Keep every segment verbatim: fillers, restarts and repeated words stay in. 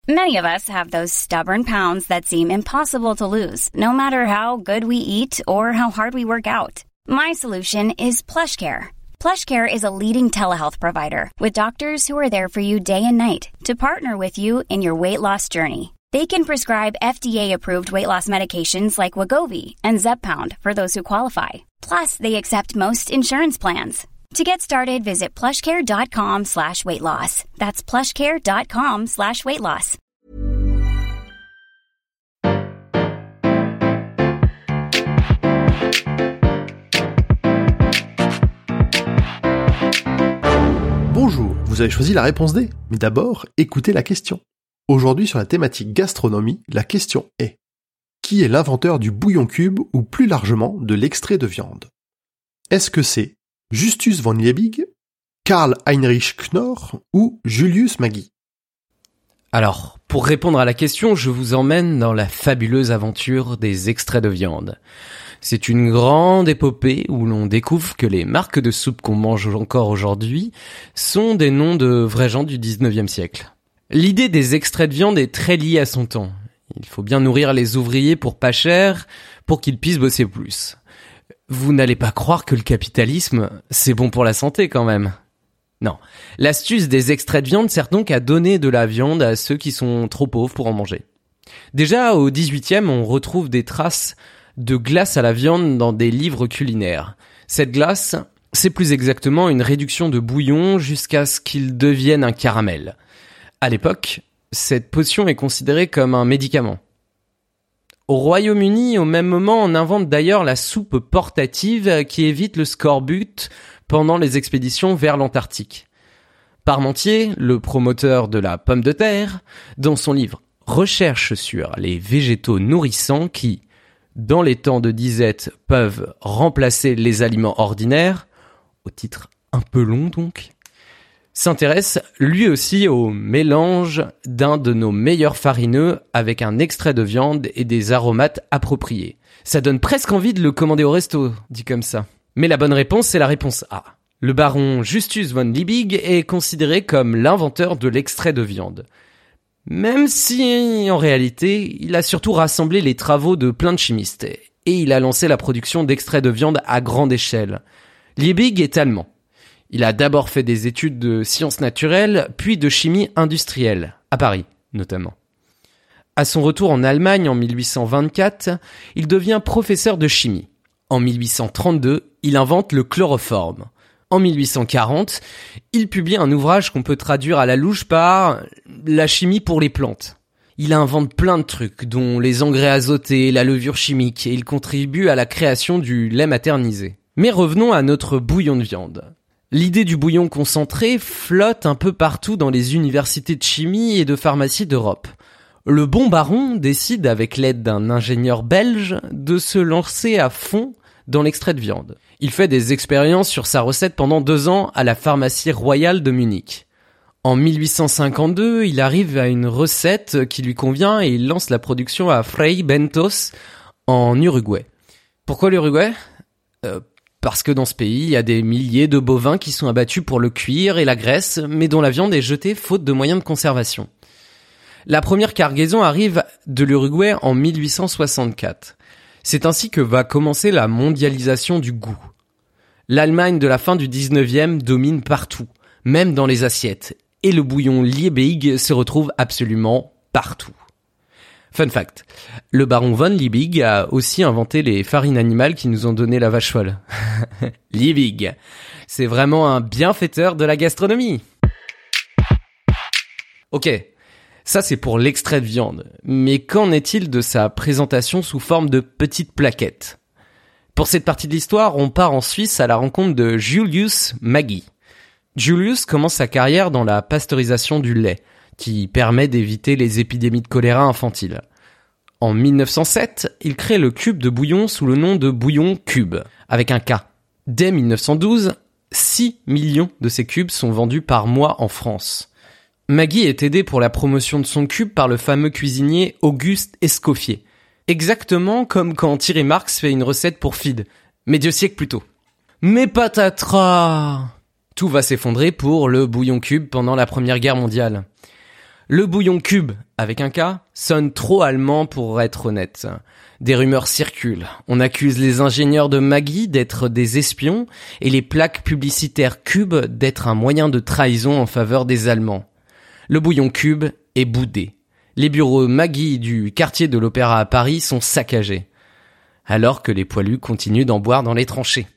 Many of us have those stubborn pounds that seem impossible to lose, no matter how good we eat or how hard we work out. My solution is PlushCare. PlushCare is a leading telehealth provider with doctors who are there for you day and night to partner with you in your weight loss journey. They can prescribe F D A-approved weight loss medications like Wegovy and Zepbound for those who qualify. Plus, they accept most insurance plans. To get started, visit plushcare.com slash weight loss. That's plushcare.com slash weight loss. Bonjour, vous avez choisi la réponse D. Mais d'abord, écoutez la question. Aujourd'hui, sur la thématique gastronomie, la question est: qui est l'inventeur du bouillon cube ou plus largement de l'extrait de viande? Est-ce que c'est Justus von Liebig, Karl Heinrich Knorr ou Julius Maggi? Alors, pour répondre à la question, je vous emmène dans la fabuleuse aventure des extraits de viande. C'est une grande épopée où l'on découvre que les marques de soupe qu'on mange encore aujourd'hui sont des noms de vrais gens du dix-neuvième siècle. L'idée des extraits de viande est très liée à son temps. Il faut bien nourrir les ouvriers pour pas cher, pour qu'ils puissent bosser plus. Vous n'allez pas croire que le capitalisme, c'est bon pour la santé quand même. Non. L'astuce des extraits de viande sert donc à donner de la viande à ceux qui sont trop pauvres pour en manger. Déjà, au dix-huitième, on retrouve des traces de glace à la viande dans des livres culinaires. Cette glace, c'est plus exactement une réduction de bouillon jusqu'à ce qu'il devienne un caramel. À l'époque, cette potion est considérée comme un médicament. Au Royaume-Uni, au même moment, on invente d'ailleurs la soupe portative qui évite le scorbut pendant les expéditions vers l'Antarctique. Parmentier, le promoteur de la pomme de terre, dans son livre « Recherche sur les végétaux nourrissants qui, dans les temps de disette, peuvent remplacer les aliments ordinaires », au titre un peu long donc, s'intéresse lui aussi au mélange d'un de nos meilleurs farineux avec un extrait de viande et des aromates appropriés. Ça donne presque envie de le commander au resto, dit comme ça. Mais la bonne réponse, c'est la réponse A. Le baron Justus von Liebig est considéré comme l'inventeur de l'extrait de viande. Même si, en réalité, il a surtout rassemblé les travaux de plein de chimistes, et il a lancé la production d'extraits de viande à grande échelle. Liebig est allemand. Il a d'abord fait des études de sciences naturelles, puis de chimie industrielle, à Paris notamment. À son retour en Allemagne en mille huit cent vingt-quatre, il devient professeur de chimie. En mille huit cent trente-deux, il invente le chloroforme. En mille huit cent quarante, il publie un ouvrage qu'on peut traduire à la louche par « La chimie pour les plantes ». Il invente plein de trucs, dont les engrais azotés, la levure chimique, et il contribue à la création du lait maternisé. Mais revenons à notre bouillon de viande. L'idée du bouillon concentré flotte un peu partout dans les universités de chimie et de pharmacie d'Europe. Le bon baron décide, avec l'aide d'un ingénieur belge, de se lancer à fond dans l'extrait de viande. Il fait des expériences sur sa recette pendant deux ans à la pharmacie royale de Munich. En mille huit cent cinquante-deux, il arrive à une recette qui lui convient et il lance la production à Frei Bentos en Uruguay. Pourquoi l'Uruguay ? euh, Parce que dans ce pays, il y a des milliers de bovins qui sont abattus pour le cuir et la graisse, mais dont la viande est jetée faute de moyens de conservation. La première cargaison arrive de l'Uruguay en mille huit cent soixante-quatre. C'est ainsi que va commencer la mondialisation du goût. L'Allemagne de la fin du dix-neuvième domine partout, même dans les assiettes, et le bouillon Liebig se retrouve absolument partout. Fun fact, le baron von Liebig a aussi inventé les farines animales qui nous ont donné la vache folle. Liebig, c'est vraiment un bienfaiteur de la gastronomie. Ok, ça c'est pour l'extrait de viande, mais qu'en est-il de sa présentation sous forme de petites plaquettes ? Pour cette partie de l'histoire, on part en Suisse à la rencontre de Julius Maggi. Julius commence sa carrière dans la pasteurisation du lait, qui permet d'éviter les épidémies de choléra infantile. En mille neuf cent sept, il crée le cube de bouillon sous le nom de bouillon cube, avec un K. Dès mille neuf cent douze, six millions de ces cubes sont vendus par mois en France. Maggi est aidé pour la promotion de son cube par le fameux cuisinier Auguste Escoffier. Exactement comme quand Thierry Marx fait une recette pour Feed, mais deux siècles plus tôt. Mais patatras! Tout va s'effondrer pour le bouillon cube pendant la Première Guerre mondiale. Le bouillon cube, avec un K, sonne trop allemand pour être honnête. Des rumeurs circulent. On accuse les ingénieurs de Maggi d'être des espions et les plaques publicitaires Cube d'être un moyen de trahison en faveur des Allemands. Le bouillon cube est boudé. Les bureaux Maggi du quartier de l'Opéra à Paris sont saccagés. Alors que les poilus continuent d'en boire dans les tranchées.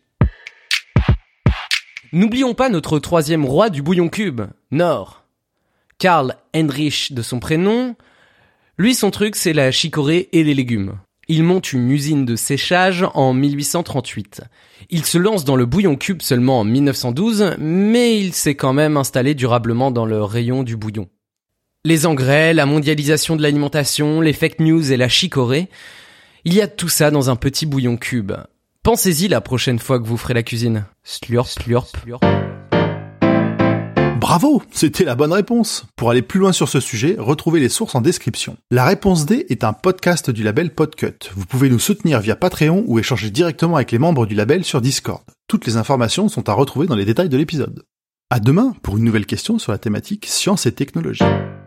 N'oublions pas notre troisième roi du bouillon cube, Nord. Karl Heinrich de son prénom. Lui, son truc, c'est la chicorée et les légumes. Il monte une usine de séchage en mille huit cent trente-huit. Il se lance dans le bouillon cube seulement en mille neuf cent douze, mais il s'est quand même installé durablement dans le rayon du bouillon. Les engrais, la mondialisation de l'alimentation, les fake news et la chicorée, il y a tout ça dans un petit bouillon cube. Pensez-y la prochaine fois que vous ferez la cuisine. Slurp, slurp, slurp. Bravo, c'était la bonne réponse. Pour aller plus loin sur ce sujet, retrouvez les sources en description. La réponse D est un podcast du label Podcut. Vous pouvez nous soutenir via Patreon ou échanger directement avec les membres du label sur Discord. Toutes les informations sont à retrouver dans les détails de l'épisode. À demain pour une nouvelle question sur la thématique science et technologie.